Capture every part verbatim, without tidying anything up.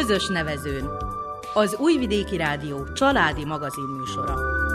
Közös nevezőn. Az Újvidéki Rádió családi magazinműsora.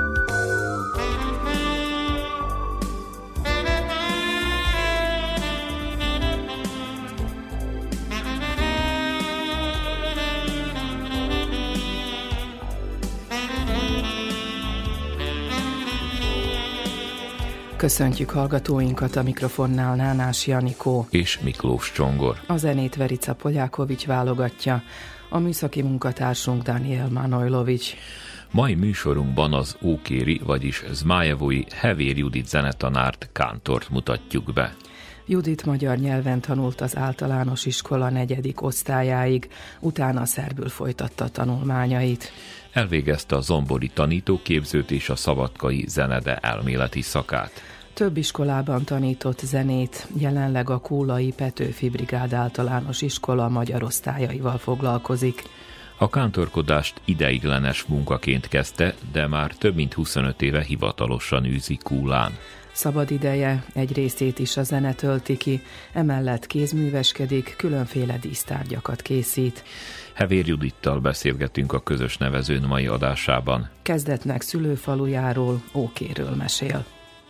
Köszöntjük hallgatóinkat, a mikrofonnál Nánás Janikó és Miklós Csongor. A zenét Verica Poljákovics válogatja, a műszaki munkatársunk Daniel Manojlovics. Mai műsorunkban az ókéri, vagyis zmájevói Hevér Judit zenetanárt, kántort mutatjuk be. Judit magyar nyelven tanult az általános iskola negyedik osztályáig, utána szerbül folytatta tanulmányait. Elvégezte a zombori tanítóképzőt és a szabadkai zenede elméleti szakát. Több iskolában tanított zenét, jelenleg a Kúlai Petőfi Brigád általános iskola magyar osztályaival foglalkozik. A kántorkodást ideiglenes munkaként kezdte, de már több mint huszonöt éve hivatalosan űzi Kúlán. Szabad ideje egy részét is a zene tölti ki, emellett kézműveskedik, különféle dísztárgyakat készít. Hevér Judittal beszélgetünk a közös nevezőn mai adásában. Kezdetnek szülőfalujáról, Ókéről mesél.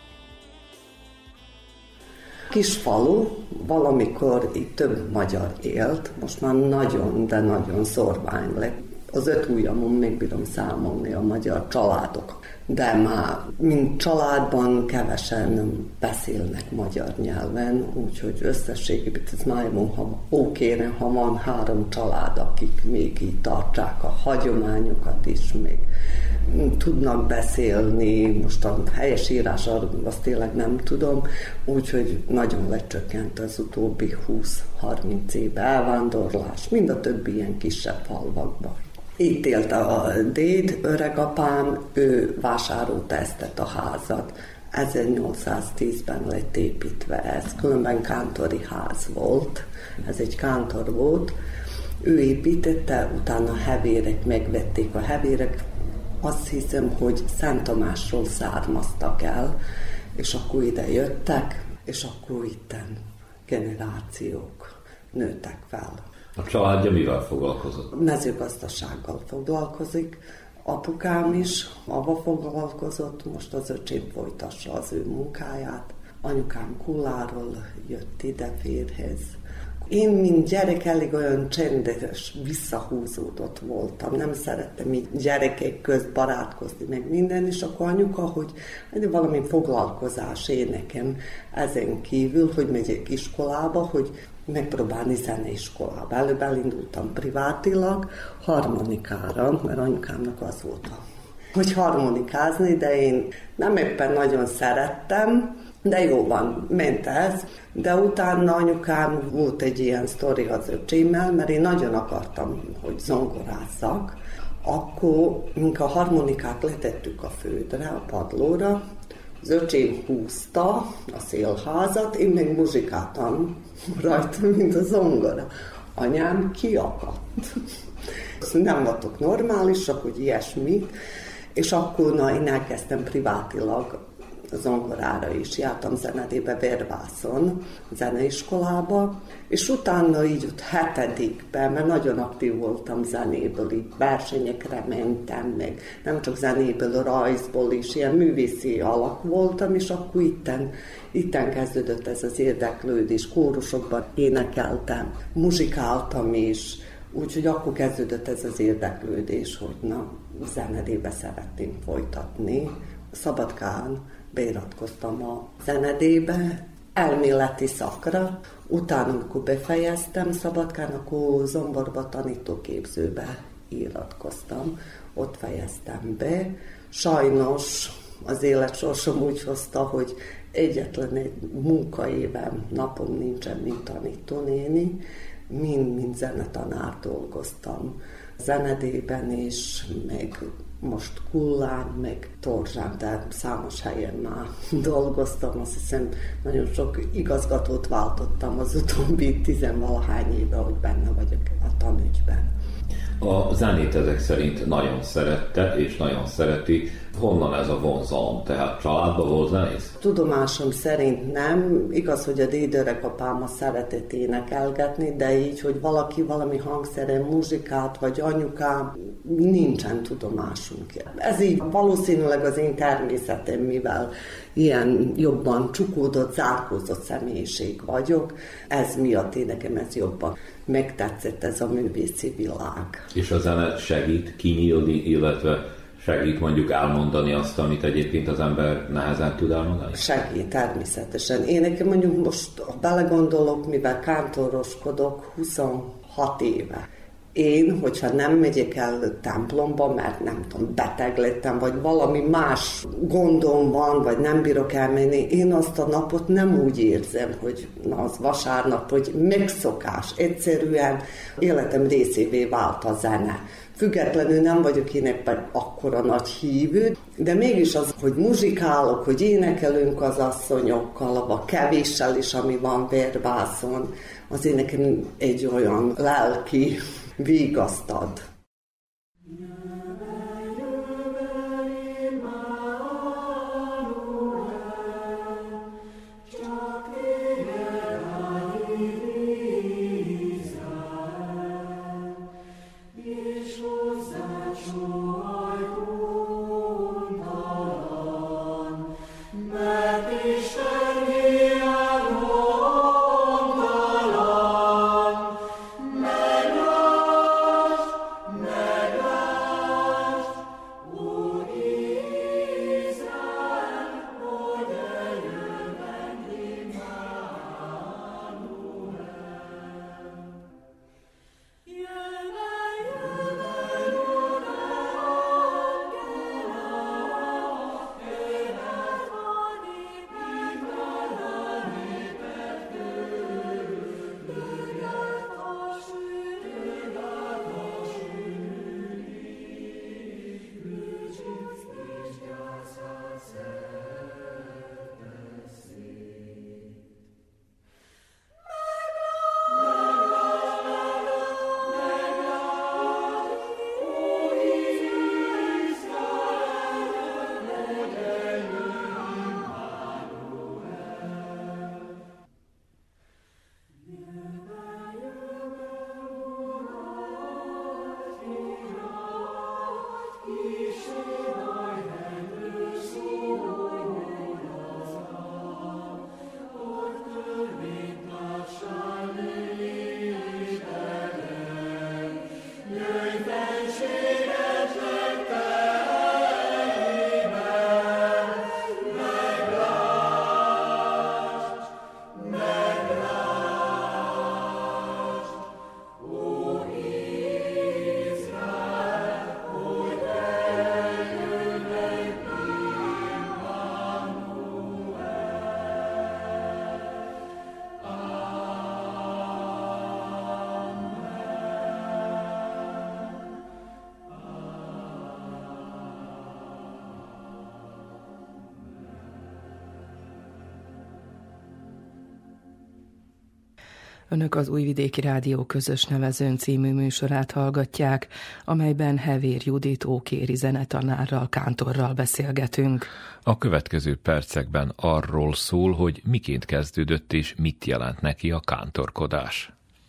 Kis falu, valamikor itt több magyar élt, most már nagyon, de nagyon szorvány lett. Az öt ujjamon még bírom számolni a magyar családok, de már mint családban kevesen beszélnek magyar nyelven, úgyhogy összességében ez májmon, ha Ókére, ha van három család, akik még így tartsák a hagyományokat is, még tudnak beszélni, most a helyes írás azt tényleg nem tudom, úgyhogy nagyon lecsökkent az utóbbi húsz-harminc éve elvándorlás, mind a többi ilyen kisebb falvakban. Itt élt a déd, öregapám, ő vásárolta ezt a házat. ezernyolcszáztízben lett építve ez, különben kántori ház volt, ez egy kántor volt. Ő építette, utána a hevérek megvették. A hevérek azt hiszem, hogy Szent Tamásról származtak el, és akkor ide jöttek, és akkor itten generációk nőttek fel. A családja mivel foglalkozott? Mezőgazdasággal foglalkozik. Apukám is abba foglalkozott, most az öcsém folytassa az ő munkáját. Anyukám Kulláról jött ide férhez. Én, mint gyerek, elég olyan csendes, visszahúzódott voltam. Nem szerettem így gyerekek közt barátkozni, meg minden, és akkor anyuka, hogy valami foglalkozás én nekem ezen kívül, hogy megyek iskolába, hogy megpróbálni zeneiskolába. Előbb elindultam privátilag, harmonikára, mert anyukámnak az volt, hogy harmonikázni, de én nem éppen nagyon szerettem, de jó van, ment ez. De utána anyukám volt egy ilyen sztori az öcsémmel, mert én nagyon akartam, hogy zongorázzak. Akkor, mink a harmonikát letettük a földre, a padlóra, az öcsém húzta a szélházat, én meg muzsikáltam rajta, mint a zongora. Anyám kiakadt. Nem voltak normálisak, hogy ilyesmit, és akkor na, én elkezdtem privátilag zongorára is. Jártam zenedébe Vérvászon, zeneiskolába, és utána így ott hetedikben, mert nagyon aktív voltam zenéből, így versenyekre mentem, meg nem csak zenéből, rajzból is, ilyen művészi alak voltam, és akkor itten, itten kezdődött ez az érdeklődés, kórusokban énekeltem, muzsikáltam is, úgyhogy akkor kezdődött ez az érdeklődés, hogy na, zenedébe szeretném folytatni. Szabadkán beiratkoztam a zenedébe, elméleti szakra, utána, amikor befejeztem Szabadkán, akkor zomborba tanítóképzőbe iratkoztam, ott fejeztem be. Sajnos az életsorsom úgy hozta, hogy egyetlen egy munkaévem, napom nincsen, mint tanítónéni, mind-mind zenetanár dolgoztam. Zenedében is, meg most Kullán, meg Torzsán, tehát számos helyen már dolgoztam, azt hiszem nagyon sok igazgatót váltottam az utóbbi tizenvalahány éve, hogy benne vagyok a tanügyben. A zenét ezek szerint nagyon szerette és nagyon szereti, Honnan ez a vonzalom? Tehát családban volt zenész? Tudomásom szerint nem. Igaz, hogy a dédöregapám szeretett énekelgetni, de így, hogy valaki valami hangszeren muzsikát, vagy anyukám, nincsen tudomásunk. Ez így valószínűleg az én természetem, mivel ilyen jobban csukódott, zárkózott személyiség vagyok, ez miatt én nekem ez jobban megtetszett, ez a művészi világ. És a zene segít kinyílni, illetve segít mondjuk elmondani azt, amit egyébként az ember nehezen tud elmondani? Segít, természetesen. Én nekem mondjuk most, ha belegondolok, mivel kántoroskodok huszonhat éve. Én, hogyha nem megyek el templomba, mert nem tudom, beteg lettem, vagy valami más gondom van, vagy nem bírok elmenni, én azt a napot nem úgy érzem, hogy na, az vasárnap, hogy megszokás. Egyszerűen életem részévé vált a zene. Függetlenül nem vagyok én ebben akkora nagy hívő, de mégis az, hogy muzsikálok, hogy énekelünk az asszonyokkal, a kevéssel is, ami van verbászon, azért nekem egy olyan lelki vígaszt ad. Önök az Újvidéki Rádió közös nevezőn című műsorát hallgatják, amelyben Hevér Judit ókéri zenetanárral, kántorral beszélgetünk. A következő percekben arról szól, hogy miként kezdődött és mit jelent neki a kántorkodás.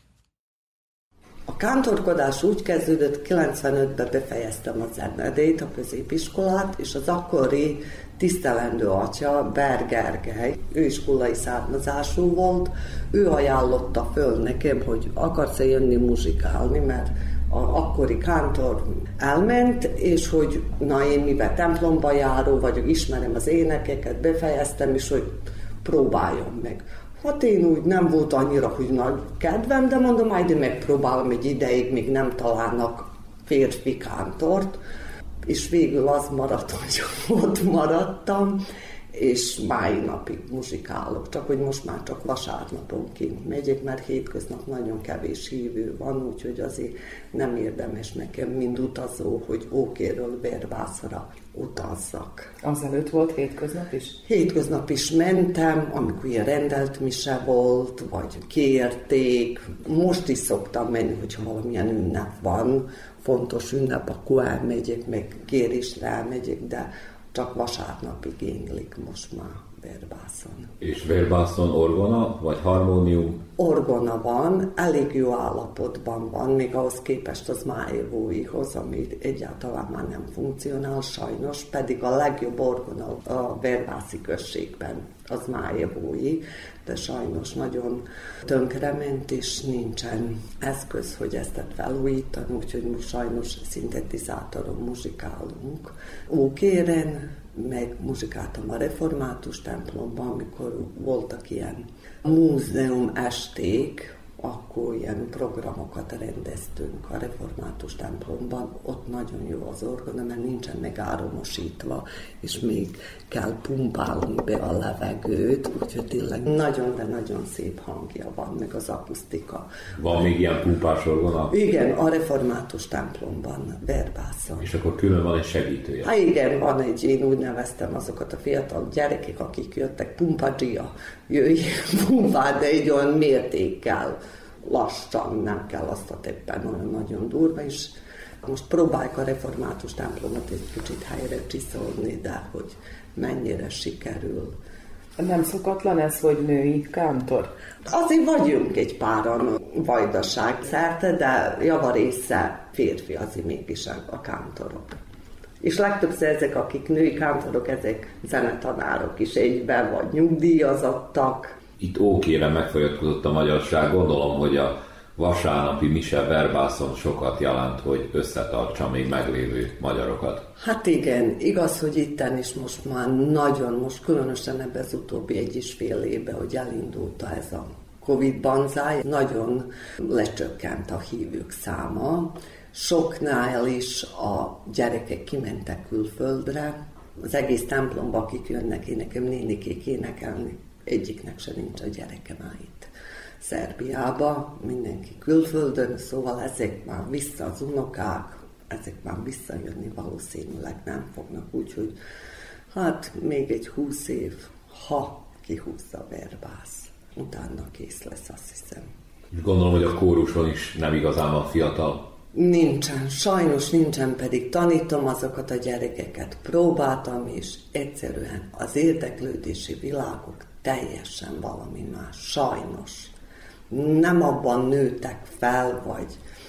A kántorkodás úgy kezdődött, kilencvenötben befejeztem a zenedét, a középiskolát, és az akkori tisztelendő atya, Ber Gergely, ő iskolai származású volt, ő ajánlotta föl nekem, hogy akarsz-e jönni muzsikálni, mert a akkori kántor elment, és hogy na én mivel templomba járó vagyok, ismerem az énekeket, befejeztem, és hogy próbáljon meg. Hát én úgy nem volt annyira, hogy nagy kedvem, de mondom, majd én megpróbálom egy ideig, még nem találnak férfi kántort, és végül az maradt, hogy ott maradtam, és mai napig muzsikálok, csak hogy most már csak vasárnaponként megyek, mert hétköznap nagyon kevés hívő van, úgyhogy azért nem érdemes nekem, mind utazó, hogy ókéről verbászra utazzak. Azelőtt volt hétköznap is? Hétköznap is mentem, amikor ilyen rendelt mise volt, vagy kérték. Most is szoktam menni, hogyha valamilyen ünnep van, fontos ünnep, akkor elmegyek, meg kérésre elmegyek, de csak vasárnap igénylik most már verbászon. És verbászon orgona, vagy harmónium? Orgona van, elég jó állapotban van, még ahhoz képest az májevóihoz, ami egyáltalán már nem funkcionál sajnos, pedig a legjobb orgona a verbászi községben az májevói, de sajnos nagyon tönkrement, és nincsen eszköz, hogy ezt felújítani, úgyhogy most sajnos szintetizátoron muzsikálunk. Ókéren meg muzsikáltam a református templomban, amikor voltak ilyen múzeum esték, akkor ilyen programokat rendeztünk a református templomban. Ott nagyon jó az orgona, mert nincsen meg áromosítva, és még kell pumpálni be a levegőt, úgyhogy tényleg nagyon, de nagyon szép hangja van, meg az akusztika. Van még ilyen pumpás orgona? Igen, a református templomban, verbászon. És akkor külön van egy segítője? Hát igen, van egy, én úgy neveztem azokat a fiatal gyerekek, akik jöttek, pumpadzsia, jöjj, pumpád, de egy olyan mértékkel, lassan, nem kell azt a teppen olyan nagyon durva is. Most próbáljuk a református templomot egy kicsit helyre csiszolni, de hogy mennyire sikerül. Nem szokatlan ez, hogy női kántor? Azért vagyunk egy páran vajdaság szerte, de javarésze férfi azért mégis a kántorok. És legtöbbször ezek, akik női kántorok, ezek zenetanárok is egyben, vagy nyugdíjazottak. Itt ókére megfolyatkozott a magyarság. Gondolom, hogy a vasárnapi mise verbászon sokat jelent, hogy összetartsa még meglévő magyarokat. Hát igen, igaz, hogy itten is most már nagyon, most különösen ebben az utóbbi egy és fél évben, hogy elindulta ez a Covid banzáj, nagyon lecsökkent a hívők száma. Soknál is a gyerekek kimentek külföldre, az egész templomba, akik jönnek, én nekem nénikék énekelni, egyiknek se nincs a gyereke már itt Szerbiába, mindenki külföldön, szóval ezek már vissza az unokák, ezek már visszajönni valószínűleg nem fognak, úgyhogy hát még egy húsz év, ha kihúzza a verbász, utána kész lesz, azt hiszem. És gondolom, hogy a kóruson is nem igazán van fiatal. Nincsen, sajnos nincsen, pedig tanítom azokat a gyerekeket, próbáltam, és egyszerűen az érdeklődési világok teljesen valami más, sajnos. Nem abban nőttek fel, vagy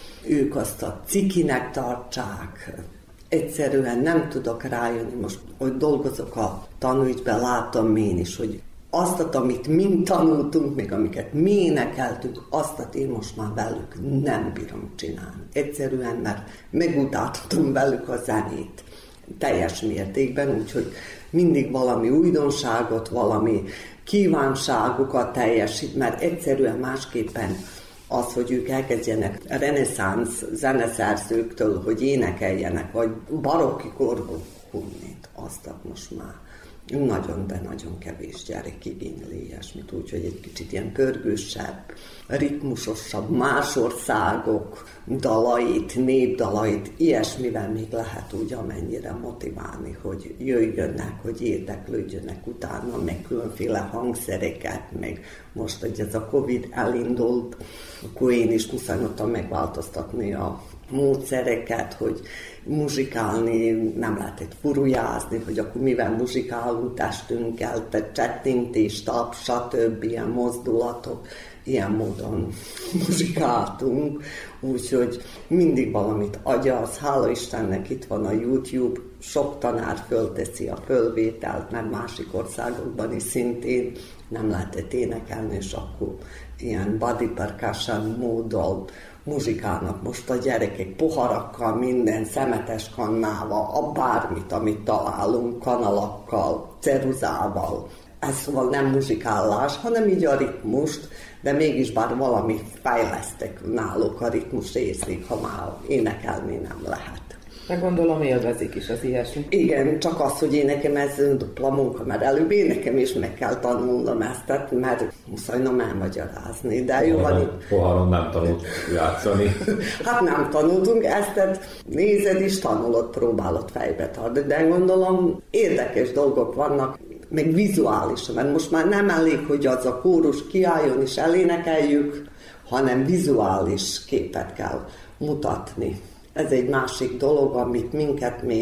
ők azt a cikinek tartsák, egyszerűen nem tudok rájönni, most, hogy dolgozok a tanügyben, látom én is, hogy azt, amit mind tanultunk, még amiket mi énekeltünk, azt én most már velük nem bírom csinálni. Egyszerűen, mert megutáltatom velük a zenét teljes mértékben, úgyhogy mindig valami újdonságot, valami kívánságukat teljesít, mert egyszerűen másképpen az, hogy ők elkezdjenek reneszánsz zeneszerzőktől, hogy énekeljenek, vagy barokki korból hunnét, azt most már nagyon, de nagyon kevés gyerek igényli ilyesmit, úgyhogy egy kicsit ilyen pörgősebb, ritmusosabb, más országok dalait, népdalait, ilyesmivel még lehet úgy amennyire motiválni, hogy jöjjönnek, hogy érdeklődjönek utána, meg különféle hangszereket, meg most, hogy ez a Covid elindult, akkor én is muszáj voltam megváltoztatni a módszereket, hogy muzsikálni, nem lehet egy furujázni, hogy akkor mivel muzsikálunk testünkkel, tehát csettintés, tap, stb. Ilyen mozdulatok, ilyen módon muzsikáltunk, úgyhogy mindig valamit agyalsz, hála Istennek itt van a YouTube, sok tanár fölteszi a fölvételt, mert másik országokban is szintén nem lehetett énekelni, és akkor ilyen body percussion módon muzsikálnak most a gyerekek poharakkal, minden szemetes kannával, a bármit, amit találunk, kanalakkal, ceruzával. Ez szóval nem muzsikálás, hanem így a ritmust, de mégis bár valamit fejlesztek náluk, a ritmus érzik, ha már énekelni nem lehet. Meg gondolom élvezik is az ilyesmi. Igen, csak az, hogy én nekem ez dupla munka, mert előbb én nekem is meg kell tanulnom ezt, mert muszájnom elmagyarázni, de jó van itt. Poharon nem tanult játszani. Hát nem tanultunk ezt, nézed is, tanulod, próbálod fejbe tartani, de gondolom érdekes dolgok vannak, meg vizuálisan, mert most már nem elég, hogy az a kórus kiálljon és elénekeljük, hanem vizuális képet kell mutatni. Ez egy másik dolog, amit minket még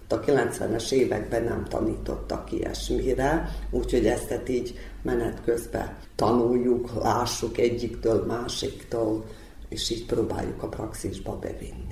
A kilencvenes években nem tanítottak ilyesmire, úgyhogy ezt így menet közben tanuljuk, lássuk egyiktől, másiktól, és így próbáljuk a praxisba bevinni.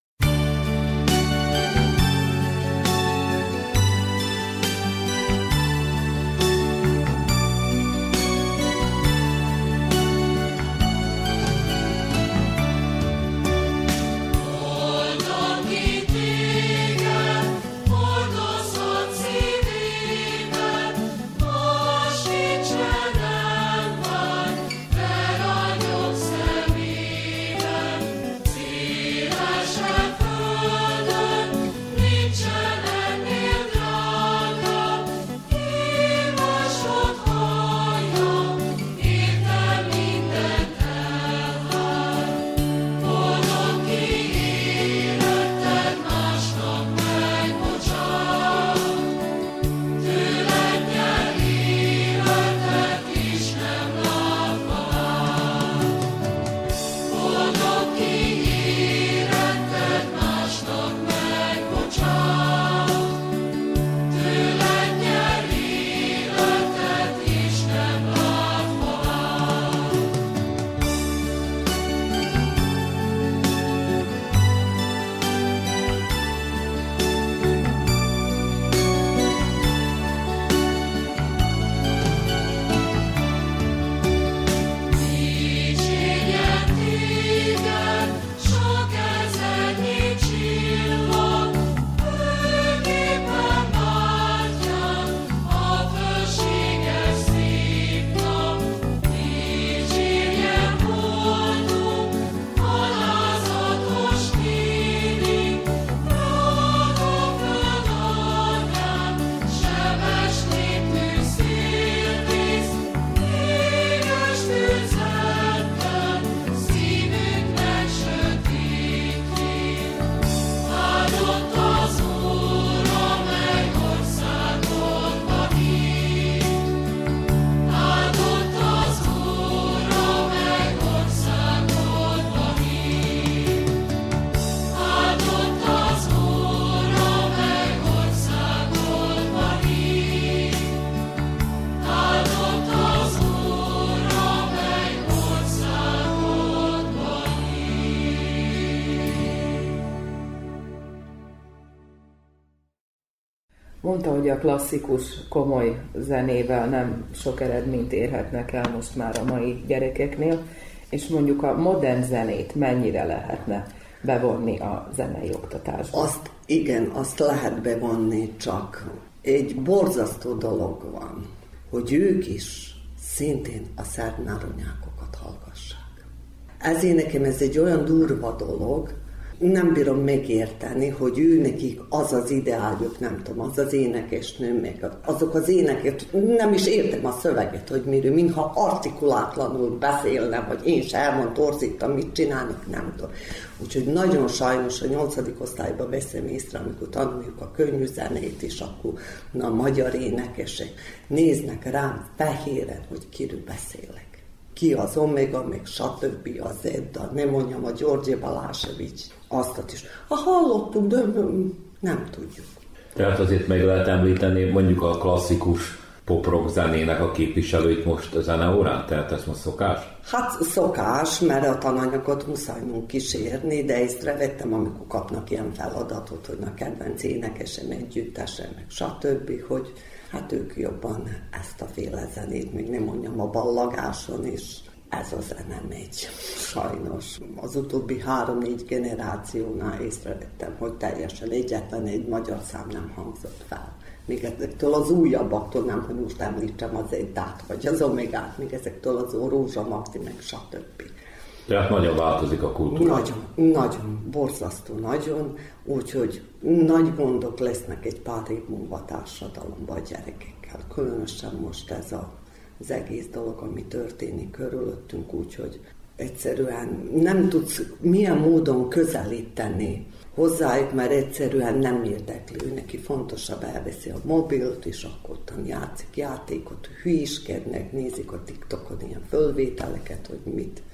Mondta, hogy a klasszikus, komoly zenével nem sok eredményt érhetnek el most már a mai gyerekeknél, és mondjuk a modern zenét mennyire lehetne bevonni a zenei oktatásba? Azt igen, azt lehet bevonni, csak egy borzasztó dolog van, hogy ők is szintén a szernáronyákokat hallgassák. Ezért nekem ez egy olyan durva dolog, nem bírom megérteni, hogy ő nekik az az ideáljuk, nem tudom, az az énekesnő, meg azok az énekes, nem is értem a szöveget, hogy miről, mintha artikulátlanul beszélne, vagy én se elmond torzítam, mit csinálnak, nem tudom. Úgyhogy nagyon sajnos a nyolcadik osztályban veszem észre, amikor tanuljuk a könnyű zenét, és akkor na, a magyar énekesek néznek rám fehéren, hogy kiről beszélek. Ki az Omega, meg stb. Az Edda, nem mondjam a György Balázsevics, azt is. Ha hallottuk, de nem tudjuk. Tehát azért meg lehet említeni mondjuk a klasszikus pop-rock zenének a képviselőit most a zeneórán? Tehát ez most szokás? Hát szokás, mert a tananyagot muszájunk kísérni, de észrevettem, amikor kapnak ilyen feladatot, hogy a kedvenc énekesen, együttesen, meg stb., hogy hát ők jobban ezt a féle zenét, még nem mondjam a ballagáson is, ez a zene megy. Sajnos az utóbbi három-négy generációnál észrevettem, hogy teljesen egyetlen egy magyar szám nem hangzott fel. Még ezektől az újabbaktól, nem, hogy most említsem az Eddát, vagy az Omegát, még ezektől az Rózsa Magdi, meg stb. Tehát nagyon változik a kultúra. Nagyon, nagyon, borzasztó nagyon, úgyhogy nagy gondok lesznek egy pár év múlva társadalomban a gyerekekkel. Különösen most ez a, az egész dolog, ami történik körülöttünk, úgyhogy egyszerűen nem tudsz milyen módon közelíteni hozzájuk, mert egyszerűen nem érdekli. Ő neki fontosabb, elveszi a mobilt, és akkor ottan játszik játékot, hülyiskednek, nézik a TikTokon ilyen fölvételeket, hogy mit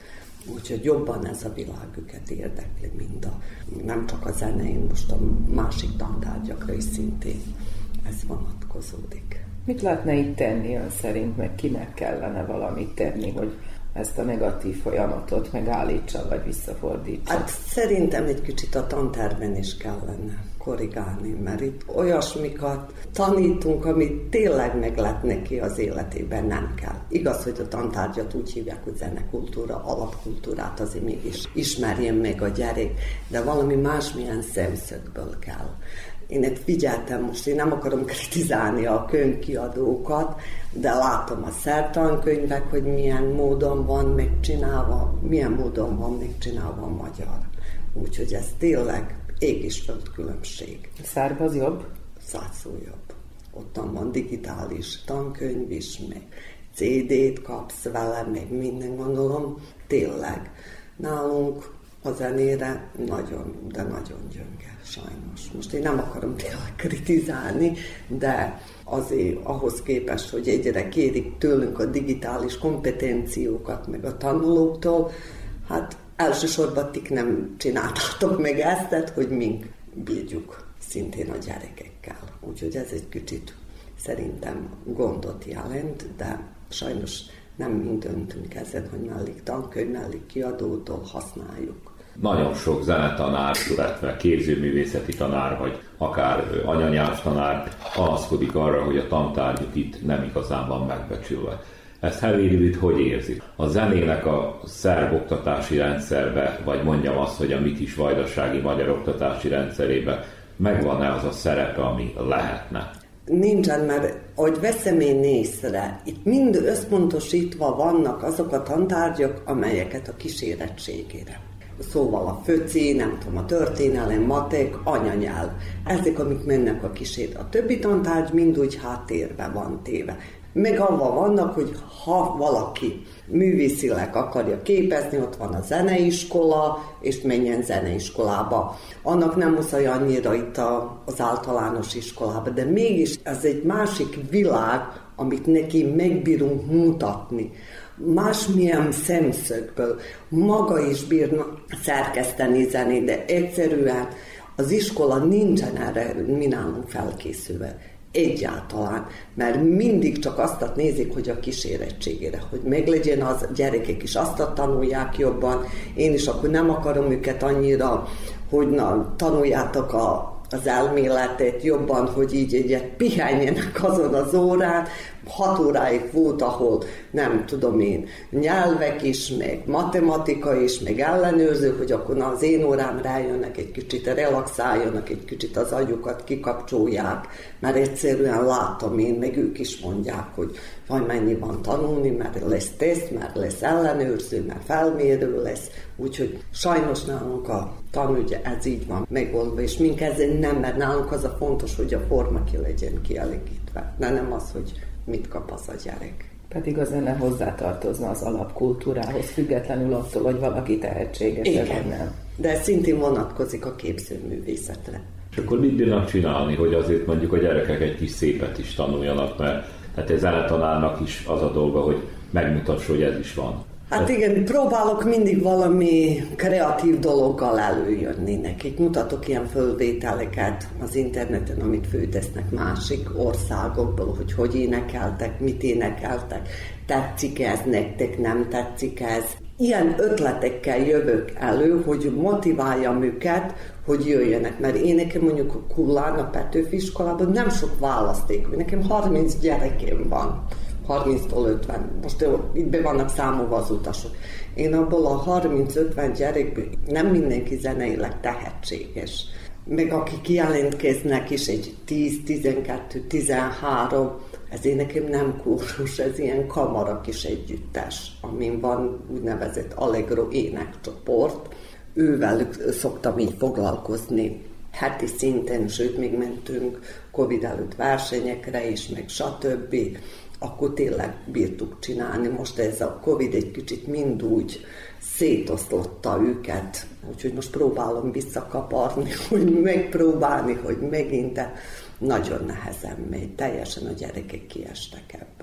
Úgyhogy jobban ez a világ őket érdekli, mint a, nem csak a zene, én most a másik tantárgyakra is szintén ez vonatkozódik. Mit lehetne itt tenni ön szerint, meg kinek kellene valamit tenni, hogy ezt a negatív folyamatot megállítsa, vagy visszafordítsa? Hát szerintem egy kicsit a tanterven is kellene korrigálni, mert itt olyasmikat tanítunk, amit tényleg meg lett neki az életében, nem kell. Igaz, hogy a tantárgyat úgy hívják, hogy zenekultúra, alapkultúrát azért mégis ismerjen meg a gyerek, de valami másmilyen szemszögből kell. Én ezt figyeltem most, én nem akarom kritizálni a könyvkiadókat, de látom a szertankönyvek, hogy milyen módon van megcsinálva, milyen módon van megcsinálva a magyar. Úgyhogy ez tényleg ég és föld különbség. A szárb az jobb? Százszó jobb. Ottan van digitális tankönyv is, meg cé dét kapsz vele, meg minden, gondolom. Tényleg. Nálunk a zenére nagyon, de nagyon gyönge, sajnos. Most én nem akarom tényleg kritizálni, de azért ahhoz képest, hogy egyre kérik tőlünk a digitális kompetenciókat, meg a tanulóktól, hát elsősorban tik nem csináltátok meg ezt, tehát, hogy mink bírjuk szintén a gyerekekkel. Úgyhogy ez egy kicsit szerintem gondot jelent, de sajnos nem mind döntünk ezen, hogy mellék tankönyv, mellék kiadótól használjuk. Nagyon sok zenetanár, illetve képzőművészeti tanár, vagy akár anyanyelvtanár panaszkodik arra, hogy a tantárgyuk itt nem igazán van megbecsülve. Ezt Hevédi Judit hogy érzi? A zenének a szerb oktatási rendszerbe, vagy mondjam azt, hogy a mi kis vajdasági magyar oktatási rendszerébe megvan-e az a szerepe, ami lehetne? Nincsen, mert ahogy veszem én észre, itt mind összpontosítva vannak azok a tantárgyak, amelyeket a kísérettségére. Szóval a föci, nem tudom, a történelem, matek, anyanyelv. Ezek, amik mennek a kísérlet. A többi tantárgy mind úgy háttérbe van téve. Meg avval vannak, hogy ha valaki művészileg akarja képezni, ott van a zeneiskola, és menjen zeneiskolába. Annak nem muszáj annyira itt a, az általános iskolába, de mégis ez egy másik világ, amit neki megbírunk mutatni. Másmilyen szemszögből maga is bírna szerkeszteni zenét, de egyszerűen az iskola nincsen erre mi nálunk felkészülve. Egyáltalán, mert mindig csak azt nézik, hogy a kísérettségére, hogy meglegyen az, gyerekek is azt tanulják jobban, én is akkor nem akarom őket annyira, hogy na, tanuljátok a az elméletet jobban, hogy így egyet pihenjenek azon az órán. Hat óráig volt, ahol nem tudom én, nyelvek is, meg matematika is, meg ellenőrzők, hogy akkor az én órám rájönnek, egy kicsit relaxáljanak, egy kicsit az agyukat kikapcsolják, mert egyszerűen látom én, meg ők is mondják, hogy vagy mennyi van tanulni, mert lesz teszt, mert lesz ellenőrző, mert felmérő lesz, úgyhogy sajnos nálunk a tanügy ez így van megoldva, és mink ezen nem, mert nálunk az a fontos, hogy a forma ki legyen kielégítve, de nem az, hogy mit kap az a gyerek. Pedig a zene hozzátartozna az alapkultúrához, függetlenül attól, hogy valaki tehetséges, vagy nem. De szintén vonatkozik a képzőművészetre. És akkor mit bírnak csinálni, hogy azért mondjuk a gyerekek egy kis szépet is tanuljanak, mert tehát egy zenetanárnak is az a dolga, hogy megmutassa, hogy ez is van. Hát igen, próbálok mindig valami kreatív dologgal előjönni nekik. Mutatok ilyen fölvételeket az interneten, amit föltesznek másik országokból, hogy hogy énekeltek, mit énekeltek, tetszik ez nektek, nem tetszik ez. Ilyen ötletekkel jövök elő, hogy motiváljam őket, hogy jöjjenek. Mert én nekem mondjuk Kullán, a Petőfi iskolában nem sok választék. Nekem harminc gyerekem van. harminctól ötven. Most itt be vannak számolva az utasok. Én abból a harminc-ötven gyerekből nem mindenki zeneileg tehetséges. Meg akik kijelentkeznek is egy tíz, tizenkettő, tizenhárom, ezért nekem nem kórus, ez ilyen kamara kis együttes, amin van úgynevezett Allegro énekcsoport. Ővelük szoktam így foglalkozni heti szinten, sőt még mentünk Covid előtt versenyekre is, meg stb. Akkor tényleg bírtuk csinálni. Most ez a Covid egy kicsit mind úgy szétoszlotta őket, úgyhogy most próbálom visszakaparni, hogy megpróbálni, hogy megint, de nagyon nehezen megy. Teljesen a gyerekek kiestek ebből.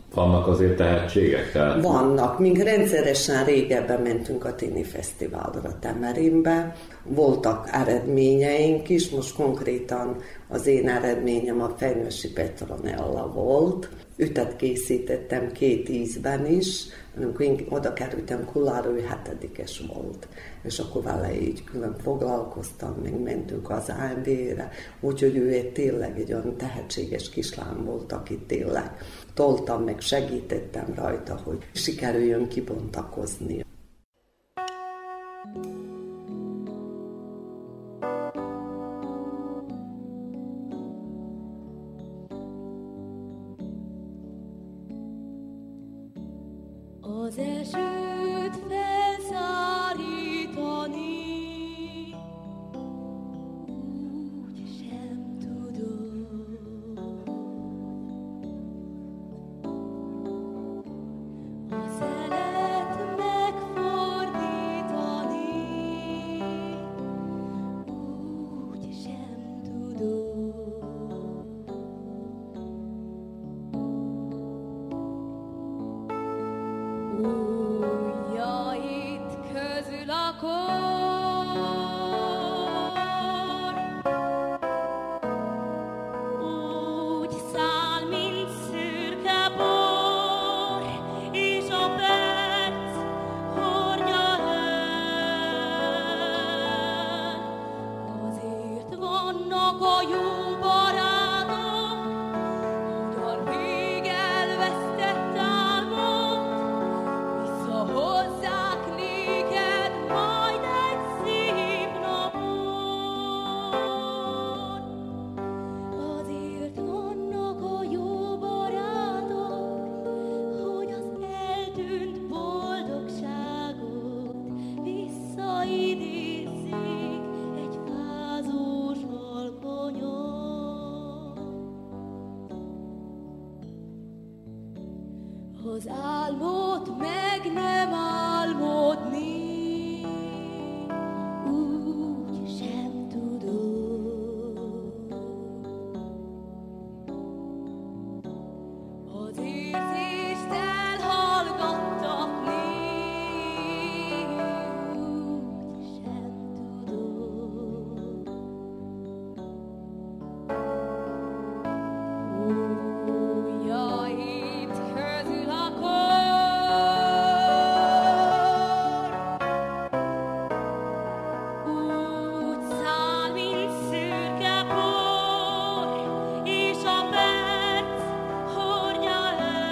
Vannak azért tehetségek? Tehát... Vannak. Mink rendszeresen régebben mentünk a Tini Fesztiválra Temerinbe. Voltak eredményeink is, most konkrétan az én eredményem a Fenyvesi Petronella volt. Ütet készítettem két ízben is, amikor én oda kerültem Kullára, ő hetedikes volt. És akkor vele így külön foglalkoztam, meg mentünk az á em vé-re, úgyhogy ő egy tényleg egy olyan tehetséges kislány volt, aki tényleg toltam, meg segítettem rajta, hogy sikerüljön kibontakozni. Az esőt felszárítani úgy sem tudom. A szelet megfordítani úgy sem tudom. Ujjait közül akkor úgy száll, mint szürke bor, és a perc hordja el. Azért vannak a jó barátok, hogy a rég elvesztett álmot hozzák néked majd egy szép napon. Azért vannak a jó barátok, hogy az eltűnt boldogságot visszaidézzék egy fázós alkonyon. Az álmot meg nem álmodni úgy sem tudom. Az érzést elhallgattatni úgy sem tudom. Ujjait közül akkor úgy száll, mint szürke por, és a perc hordja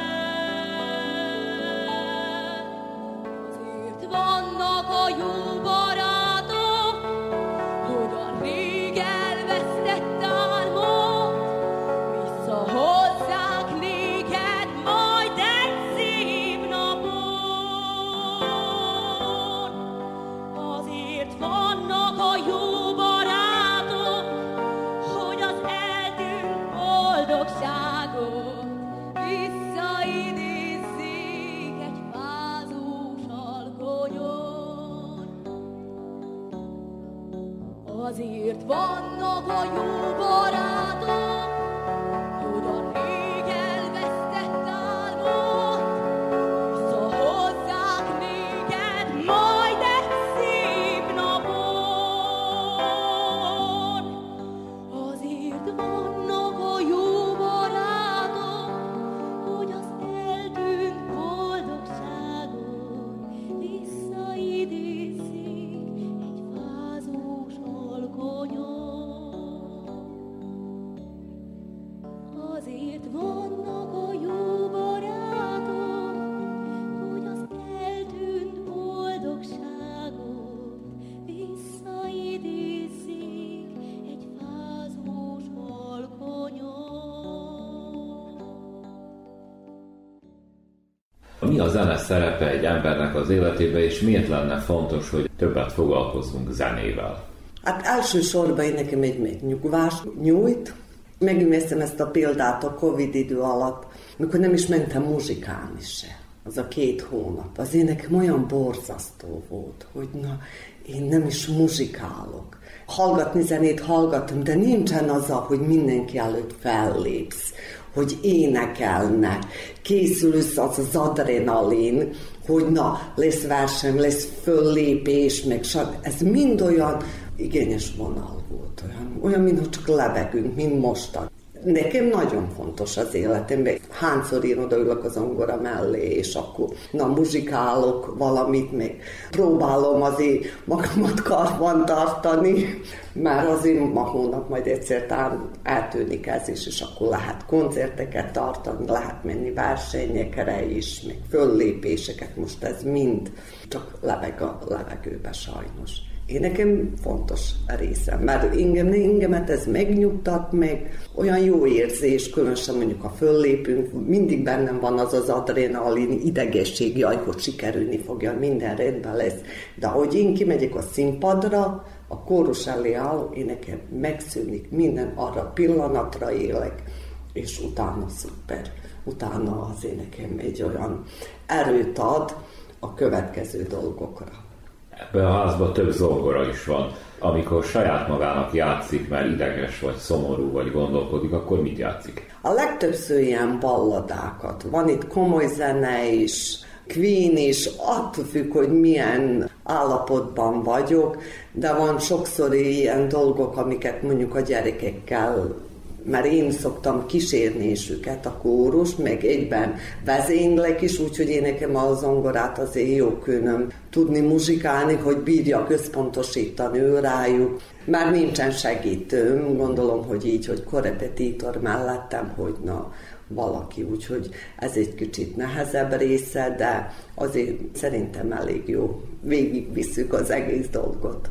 el. Azért vannak a jó barátok, hogy a rég elvesztett álmot visszahozzák néked majd egy szép napon. Azért vannak a jó barátok, hogy az eltűnt boldogságot visszaidézzék egy fázós alkonyon. Azért vannak a jó barátok, hogy a rég elvesztett álmot visszahozzák néked majd egy szép napon. Azért vannak a jó barátok, hogy az eltűnt boldogságot visszaidézzék egy fázós alkonyon. Azért vannak a jó barátok, hogy az eltűnt boldogságot visszaidézzék egy fázós alkonyon. Mi a zene szerepe egy embernek az életében, és miért lenne fontos, hogy többet foglalkozzunk zenével? Hát elsősorban én nekem egy megnyugvást nyújt. Megnéztem ezt a példát a Covid idő alatt, mikor nem is mentem muzsikálni se. Az a két hónap. Az én nekem olyan borzasztó volt, hogy na, én nem is muzsikálok. Hallgatni zenét hallgatom, de nincsen az, hogy mindenki előtt fellépsz, hogy énekelnek, készül össze az az adrenalin, hogy na, lesz verseny, lesz föllépés, meg stb. Ez mind olyan igényes vonal volt, olyan, olyan mintha csak levegünk, mint mostan. Nekem nagyon fontos az életemben. Hányszor én odaülök az zongora mellé, és akkor na, muzsikálok valamit, még próbálom azért magamat karban tartani, mert azért ma hónap majd egyszer talán eltűnik ez is, és akkor lehet koncerteket tartani, lehet menni versenyekre is, még föllépéseket, most ez mind csak leveg a levegőbe sajnos. Én nekem fontos a részem, mert engem, engemet ez megnyugtat, meg olyan jó érzés, különösen mondjuk ha föllépünk, mindig bennem van az az adrenalin, idegesség, jaj, hogy sikerülni fogja, minden rendben lesz. De ahogy én kimegyek a színpadra, a kórus elé áll, én nekem megszűnik minden, arra pillanatra élek, és utána szuper. Utána azért nekem egy olyan erőt ad a következő dolgokra. Ebben a házban több zongora is van. Amikor saját magának játszik, mert ideges, vagy szomorú, vagy gondolkodik, akkor mit játszik? A legtöbbször ilyen balladákat. Van itt komoly zene is, Queen is, attól függ, hogy milyen állapotban vagyok, de van sokszor ilyen dolgok, amiket mondjuk a gyerekekkel, mert én szoktam kísérni is őket, a kórus, meg egyben vezénylek is, úgyhogy én nekem a zongorát azért jó különöm tudni muzsikálni, hogy bírjak összpontosítani ő rájuk. Már nincsen segítőm, gondolom, hogy így, hogy korepetitor mellettem, hogy na, valaki, úgyhogy ez egy kicsit nehezebb része, de azért szerintem elég jó. Végigvisszük az egész dolgot.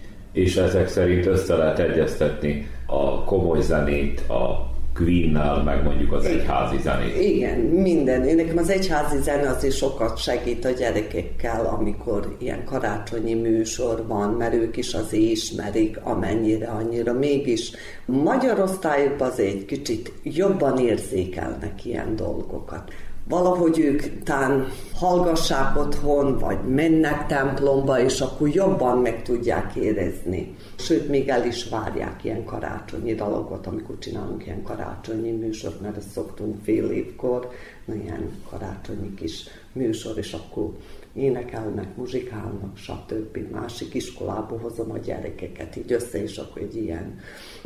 És ezek szerint össze lehet egyeztetni a komoly zenét, a Queen-nál, meg mondjuk az egyházi zenét. Igen, minden. Én nekem az egyházi zene azért sokat segít a gyerekekkel, amikor ilyen karácsonyi műsor van, mert ők is azért ismerik, amennyire, annyira. Mégis magyar osztályokban azért egy kicsit jobban érzékelnek ilyen dolgokat. Valahogy ők tán hallgassák otthon, vagy mennek templomba, és akkor jobban meg tudják érezni. Sőt, még el is várják ilyen karácsonyi dalokat, amikor csinálunk ilyen karácsonyi műsort, mert ezt szoktunk fél évkor, na, ilyen karácsonyi kis műsor, és akkor énekelnek, muzsikálnak, stb. Másik iskolából hozom a gyerekeket így össze, és akkor egy ilyen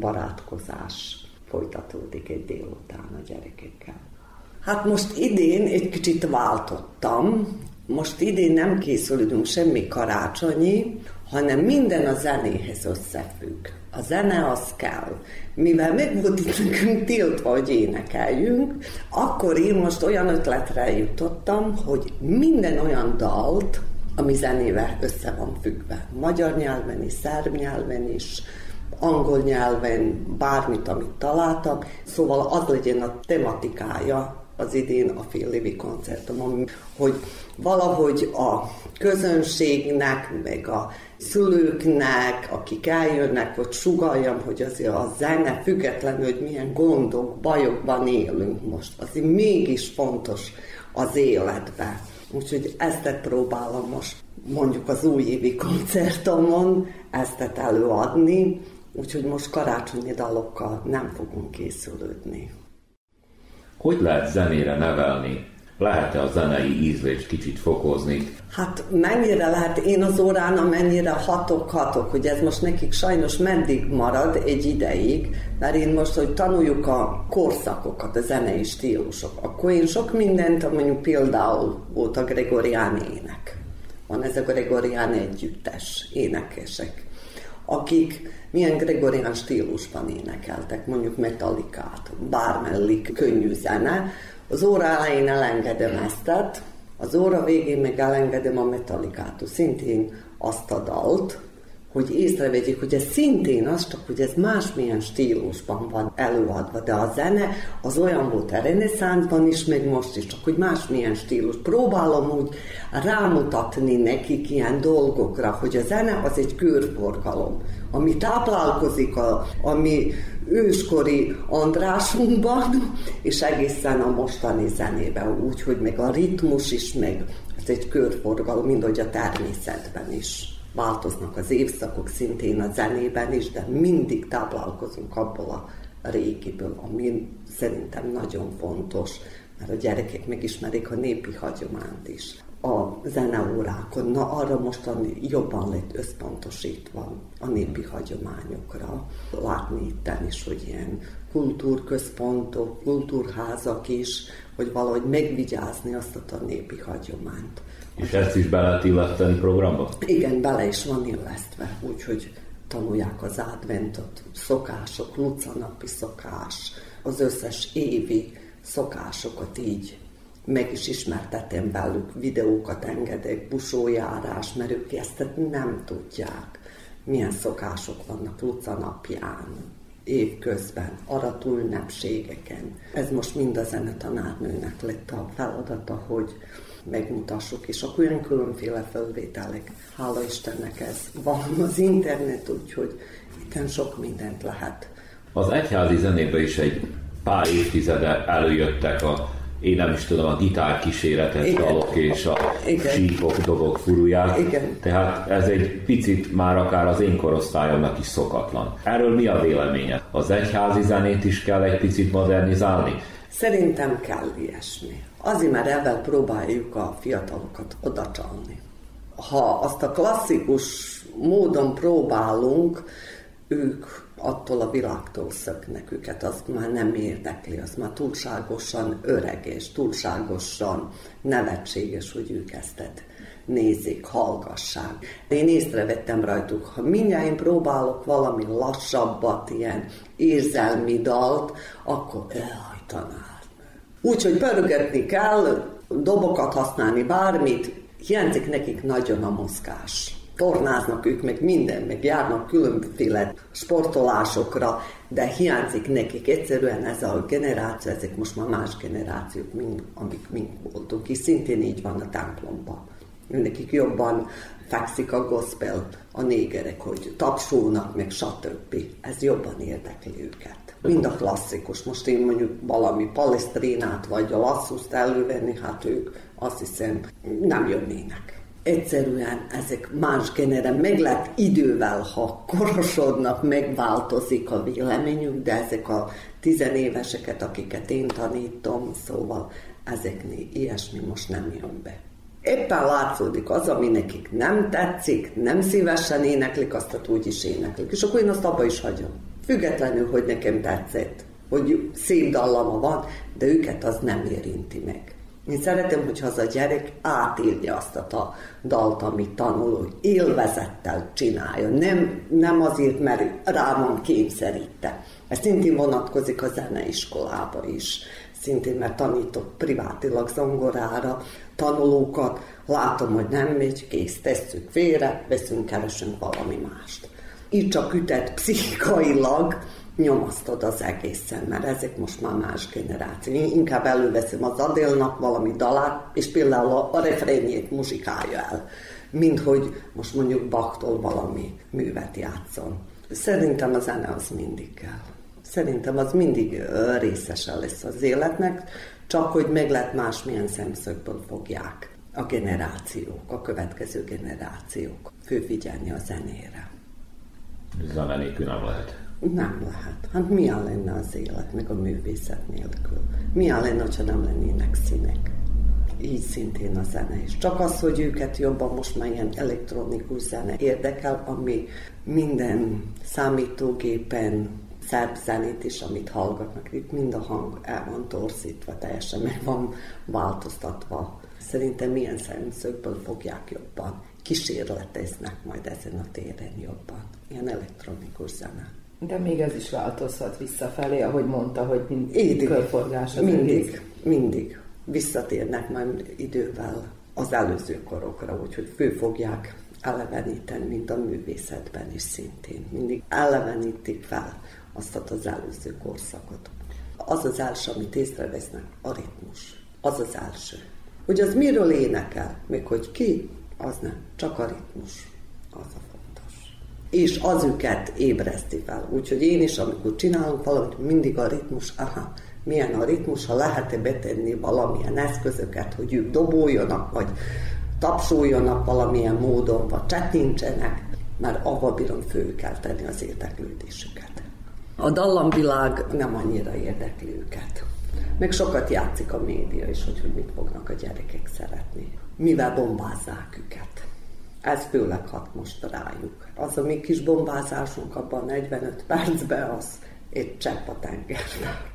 barátkozás folytatódik egy délután a gyerekekkel. Hát most idén egy kicsit váltottam. Most idén nem készülünk semmi karácsonyi, hanem minden a zenéhez összefügg. A zene az kell. Mivel meg volt itt nekünk tiltva, hogy énekeljünk, akkor én most olyan ötletre jutottam, hogy minden olyan dalt, ami zenével össze van függve. Magyar nyelven is, szerb nyelven is, angol nyelven, bármit, amit találtam. Szóval az legyen a tematikája az idén a félévi koncertom, hogy valahogy a közönségnek, meg a szülőknek, akik eljönnek, hogy sugaljam, hogy azért a zene, függetlenül, hogy milyen gondok, bajokban élünk most, azért mégis fontos az életben. Úgyhogy ezt próbálom most mondjuk az újévi koncertomon ezt előadni, úgyhogy most karácsonyi dalokkal nem fogunk készülődni. Hogy lehet zenére nevelni? Lehet-e a zenei ízlést kicsit fokozni? Hát mennyire lehet, én az órán amennyire hatok, hatok, hogy ez most nekik sajnos meddig marad egy ideig, mert én most, hogy tanuljuk a korszakokat, a zenei stílusok, akkor én sok mindent, mondjuk például volt a gregorián ének. Van ez a gregorián együttes énekesek, akik milyen gregorián stílusban énekeltek, mondjuk Metallicát, bármellik könnyű zene. Az óra elején elengedem ezt, az óra végén meg elengedem a Metallicát, szintén azt a dalt, hogy észrevegyék, hogy ez szintén az, csak hogy ez másmilyen stílusban van előadva, de a zene az olyan volt a reneszánszban is, meg most is, csak hogy másmilyen stílus. Próbálom úgy rámutatni nekik ilyen dolgokra, hogy a zene az egy körforgalom, ami táplálkozik a, ami őskori Andrásunkban, és egészen a mostani zenében, úgyhogy meg a ritmus is, meg ez egy körforgalom, mindahogy a természetben is. Változnak az évszakok szintén a zenében is, de mindig táplálkozunk abból a régiből, ami szerintem nagyon fontos, mert a gyerekek megismerik a népi hagyományt is. A zeneórákon, na arra mostan jobban lett összpontosítva a népi hagyományokra. Látni itten is, hogy ilyen kultúrközpontok, kultúrházak is, hogy valahogy megvigyázni azt a népi hagyományt. És ezt is be lehet illeszteni programba? Igen, bele is van illesztve, úgyhogy tanulják az adventot, szokások, lucanapi szokás, az összes évi szokásokat így meg is ismertetem velük, videókat engedek, busójárás, mert ők ezt nem tudják, milyen szokások vannak lucanapján, évközben, arató ünnepségeken. Ez most mind a zenetanárnőnek lett a feladata, hogy megmutassuk, és akkor olyan különféle felvételek, hála Istennek ez van az internet, úgyhogy itten sok mindent lehet. Az egyházi zenében is egy pár évtizede előjöttek a, én nem is tudom, a gitárkíséretes dalok és a sípok, dobok, furulják. Igen. Tehát ez egy picit már akár az én korosztályomnak is szokatlan. Erről mi a véleménye? Az egyházi zenét is kell egy picit modernizálni? Szerintem kell ilyesmi. Azért, mert ebben próbáljuk a fiatalokat odacsalni. Ha azt a klasszikus módon próbálunk, ők attól a világtól szöknek, őket, az már nem érdekli, az már túlságosan öreg és túlságosan nevetséges, hogy ők ezt nézik, hallgassák. Én észrevettem rajtuk, ha mindjárt én próbálok valami lassabbat, ilyen érzelmi dalt, akkor jaj, tanár. Úgyhogy pörgetni kell, dobokat használni, bármit, hiányzik nekik nagyon a mozgás. Tornáznak ők, meg minden, meg járnak különféle sportolásokra, de hiányzik nekik egyszerűen ez a generáció, ezek most már más generációk, mind, amik mind voltunk, és szintén így van a templomban. Nekik jobban fekszik a gospel, a négerek, hogy tapsolnak, meg stb. Ez jobban érdekli őket. Mind a klasszikus. Most én mondjuk valami Palestrínát vagy a Lasszuszt elővenni, hát ők azt hiszem nem jönnének. Egyszerűen ezek más genere, meg lehet idővel, ha korosodnak, megváltozik a véleményük, de ezek a tizenéveseket, akiket én tanítom, szóval ezeknél ilyesmi most nem jön be. Éppen látszódik az, ami nekik nem tetszik, nem szívesen éneklik, azt úgy is éneklik. És akkor én azt abba is hagyom. Függetlenül, hogy nekem tetszett, hogy szép dallama van, de őket az nem érinti meg. Én szeretem, hogyha az a gyerek átírja azt a dalt, amit tanul, hogy élvezettel csinálja. Nem, nem azért, mert rá van kényszerítve. Ez szintén vonatkozik a zeneiskolába is. Szintén, mert tanítok privátilag zongorára tanulókat, látom, hogy nem megy, kész, tesszük félre, veszünk, keresünk valami mást. Így csak ütet pszichikailag nyomasztod az egészen, mert ezek most már más generáció. Én inkább előveszem az Adélnak valami dalát, és például a, a refrénjét muzsikálja el, mint hogy most mondjuk Bachtól valami művet játszon. Szerintem a zene az mindig kell. Szerintem az mindig részese lesz az életnek, csak hogy meg lehet másmilyen szemszögből fogják a generációk, a következő generációk főfigyelni a zenére. Zene nélkül nem lehet. Nem lehet. Hát milyen lenne az élet, meg a művészet nélkül? Milyen lenne, ha nem lennének színek? Így szintén a zene is. Csak az, hogy őket jobban most már ilyen elektronikus zene érdekel, ami minden számítógépen szerb zenét is, amit hallgatnak, itt mind a hang el van torzítva, teljesen meg van változtatva. Szerintem milyen szemszögből fogják jobban, kísérleteznek majd ezen a téren jobban. Ilyen elektronikus zene. De még ez is változhat visszafelé, ahogy mondta, hogy mindig körforgás az mindig, egész. mindig visszatérnek majd idővel az előző korokra, úgyhogy fő fogják eleveníteni, mint a művészetben is szintén. Mindig elevenítik fel azt az előző korszakot. Az az első, amit észrevesznek, a ritmus. Az az első. Hogy az miről énekel, még hogy ki, az nem, csak a ritmus. Az a fontos. És az őket ébreszti fel. Úgyhogy én is, amikor csinálunk valamit, mindig a ritmus, aha, milyen a ritmus, ha lehet-e betenni valamilyen eszközöket, hogy ők doboljanak, vagy tapsoljanak valamilyen módon, vagy csetintsenek, mert abba bírom fő kell tenni az érdeklődésüket. A dallamvilág nem annyira érdekli őket. Meg sokat játszik a média is, hogy, hogy mit fognak a gyerekek szeretni. Mivel bombázzák őket. Ez főleg hat most rájuk. Az a mi kis bombázásunk abban negyvenöt percben, az egy csepp a tengerben.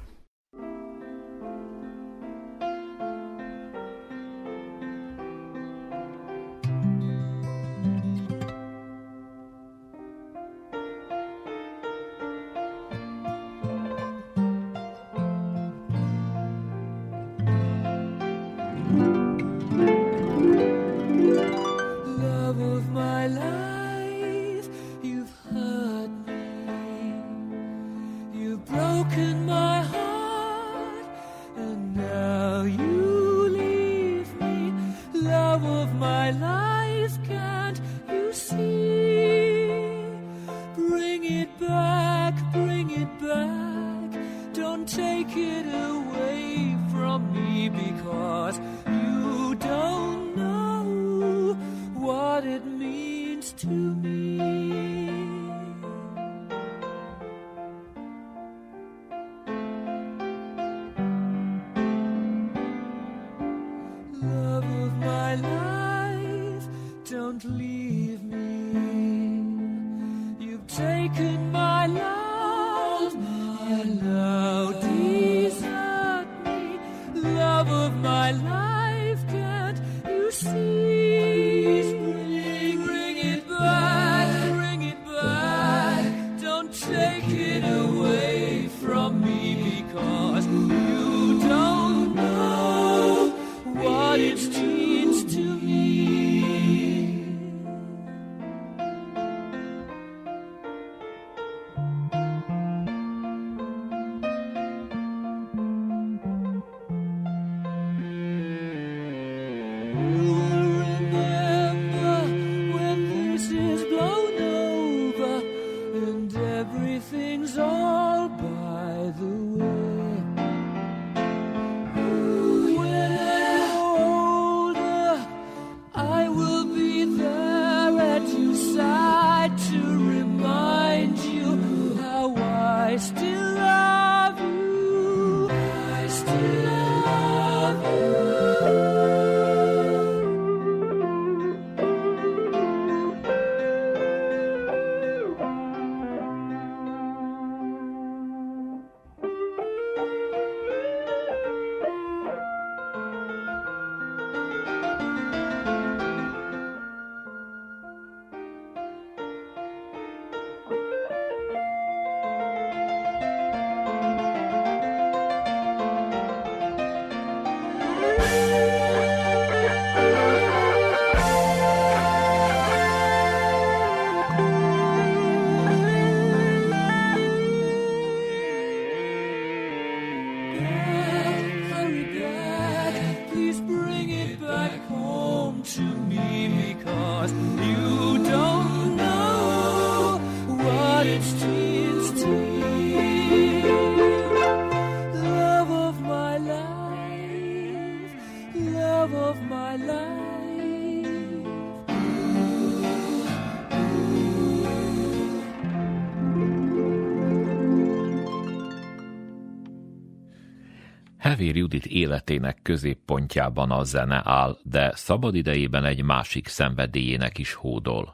Hevér Judit életének középpontjában a zene áll, de szabadidejében egy másik szenvedélyének is hódol.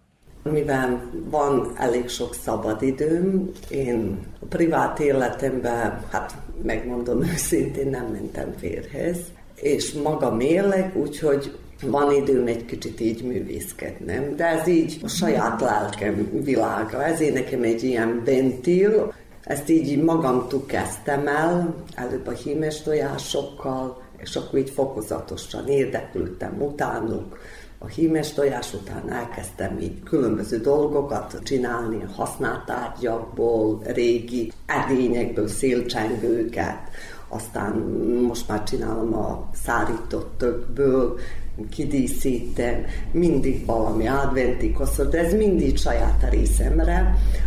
Mivel van elég sok szabadidőm, én a privát életemben, hát megmondom őszintén, nem mentem férjhez, és magam élek, úgyhogy van időm egy kicsit így művészkednem, de ez így a saját lelkem világa, ezért nekem egy ilyen ventil. Ezt így magamtól kezdtem el, előbb a hímes tojásokkal, és akkor így fokozatosan érdeklődtem utánuk. A hímes tojás után elkezdtem így különböző dolgokat csinálni, használt tárgyakból, régi edényekből, szélcsengőket, aztán most már csinálom a szárított tökből, kidíszítem, mindig valami adventi koszor, de ez mindig saját részemre.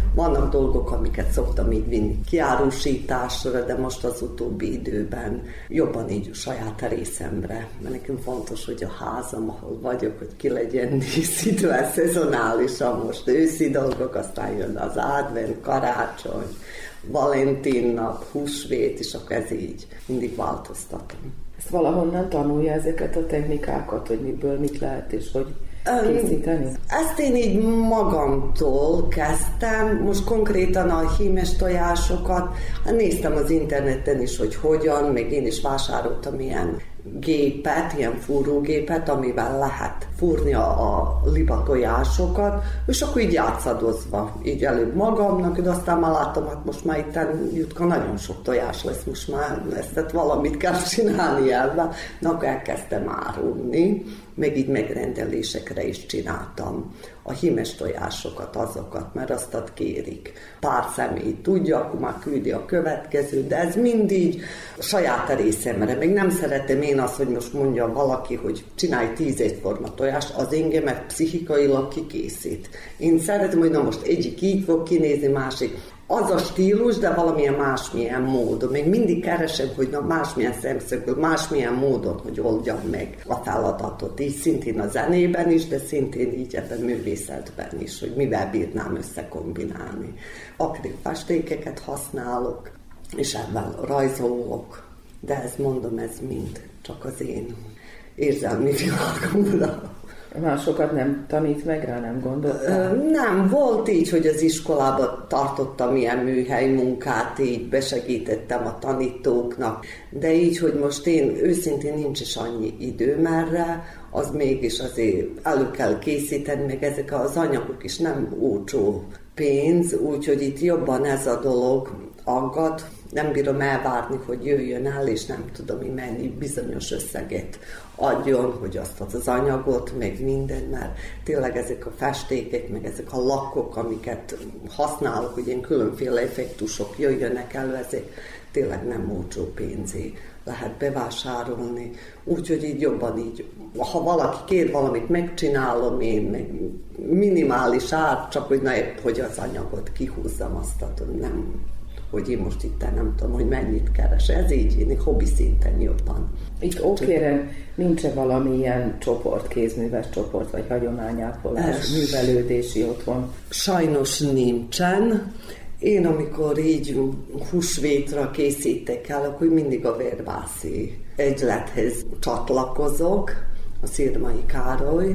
Vannak dolgok, amiket szoktam így vinni kiárusításra, de most az utóbbi időben jobban így saját részemre, mert nekem fontos, hogy a házam, ahol vagyok, hogy ki legyen díszítve szezonálisan, most őszi dolgok, aztán jön az advent, karácsony, Valentin nap, húsvét, és akkor ez így mindig változtatom. Ezt valahonnan tanulja ezeket a technikákat, hogy miből mit lehet, és hogy készíteni? Ezt én így magamtól kezdtem, most konkrétan a hímes tojásokat, néztem az interneten is, hogy hogyan, meg én is vásároltam ilyen gépet, ilyen fúrógépet, amivel lehet fúrni a, a liba tojásokat, és akkor így játszadozva, így előbb magamnak, de aztán már láttam, hát most már itt Jutka nagyon sok tojás lesz, most már ezt valamit kell csinálni elve, na akkor elkezdtem árulni, meg így megrendelésekre is csináltam a hímes tojásokat, azokat, mert azt ad kérik. Pár személy tudja, akkor már küldi a következő, de ez mindig saját részemre. Még nem szeretem én azt, hogy most mondja valaki, hogy csinálj tíz egyforma tojást, az engemet pszichikailag kikészít. Én szeretem, hogy na most egyik így fog kinézni, másik az a stílus, de valamilyen másmilyen módon. Még mindig keresem, hogy na másmilyen szemszögből, másmilyen módon, hogy oldjam meg a feladatot. Így szintén a zenében is, de szintén így ebben művészetben is, hogy mivel bírnám összekombinálni. Akrilfestékeket használok, és ebben rajzolok, de ezt mondom, ez mind csak az én érzelmi világomra. Másokat nem tanít meg rá, nem gondoltál? Nem, volt így, hogy az iskolába tartottam ilyen műhely munkát, így besegítettem a tanítóknak, de így, hogy most én őszintén nincs is annyi időm erre, az mégis azért elő kell készíteni, meg ezek az anyagok is nem olcsó pénz, úgyhogy itt jobban ez a dolog aggad, nem bírom elvárni, hogy jöjjön el, és nem tudom, hogy mennyi bizonyos összeget adjon, hogy azt az anyagot, meg minden, mert tényleg ezek a festékek, meg ezek a lakkok, amiket használok, hogy ilyen különféle effektusok jöjjönek elő, ezek tényleg nem olcsó pénzé lehet bevásárolni. Úgyhogy így jobban így, ha valaki kér valamit, megcsinálom én, meg minimális ár, csak hogy na épp, hogy az anyagot kihúzzam, azt adom, nem hogy én most itt nem tudom, hogy mennyit keres. Ez így, én hobbi szinten jobban. Itt Ókéren nincs-e valamilyen csoport, kézműves csoport, vagy hagyományápolás, es... művelődési otthon? Sajnos nincsen. Én amikor így húsvétra készítek el, akkor mindig a Vérvászi egylethez csatlakozok, a Szirmai Károly,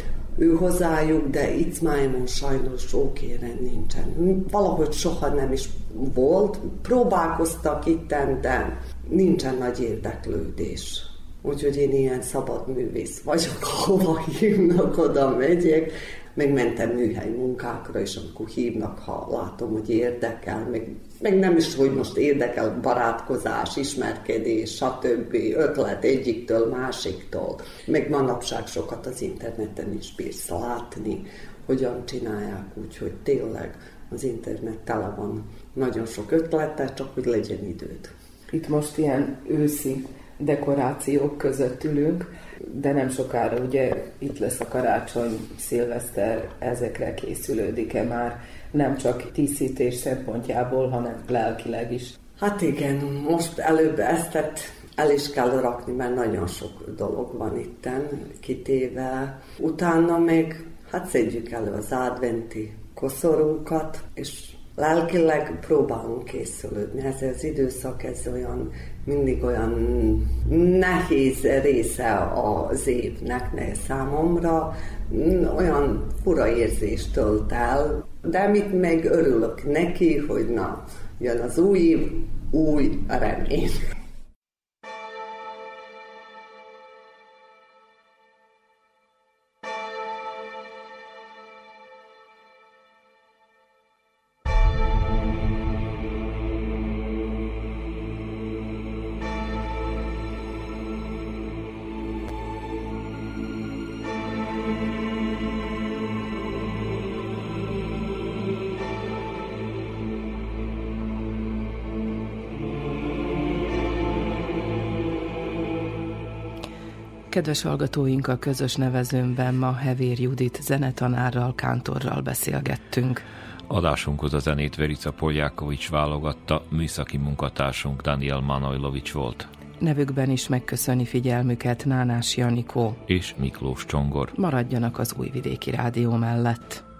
ő hozzájuk, de itt májmon sajnos Ókéren nincsen. Valahogy soha nem is volt, próbálkoztak itten, de nincsen nagy érdeklődés. Úgyhogy én ilyen szabad művész vagyok, hova hívnak, oda megyek. Megmentem műhely munkákra, és amikor hívnak, ha látom, hogy érdekel, meg, meg nem is, hogy most érdekel, barátkozás, ismerkedés, stb. Ötlet egyiktől, másiktól. Meg manapság sokat az interneten is bírsz látni, hogyan csinálják, úgyhogy tényleg az internet tele van nagyon sok ötlettel, csak hogy legyen időd. Itt most ilyen őszi dekorációk között ülünk, de nem sokára ugye itt lesz a karácsony, szilveszter, ezekre készülődik-e már nem csak díszítés szempontjából, hanem lelkileg is? Hát igen, most előbb ezt el is kell rakni, mert nagyon sok dolog van itten kitéve. Utána még hát szedjük elő az adventi koszorunkat, és lelkileg próbálunk készülődni. Ez az időszak, ez olyan, mindig olyan nehéz része az évnek, ne számomra, olyan fura érzést tölt el, de mit meg örülök neki, hogy na, jön az új év, új remény. Kedves hallgatóink, a közös nevezőmben ma Hevér Judit zenetanárral, kántorral beszélgettünk. Adásunkhoz a zenét Verica Poljákovics válogatta, műszaki munkatársunk Daniel Manojlovics volt. Nevükben is megköszöni figyelmüket Nánás Janikó és Miklós Csongor. Maradjanak az Újvidéki Rádió mellett.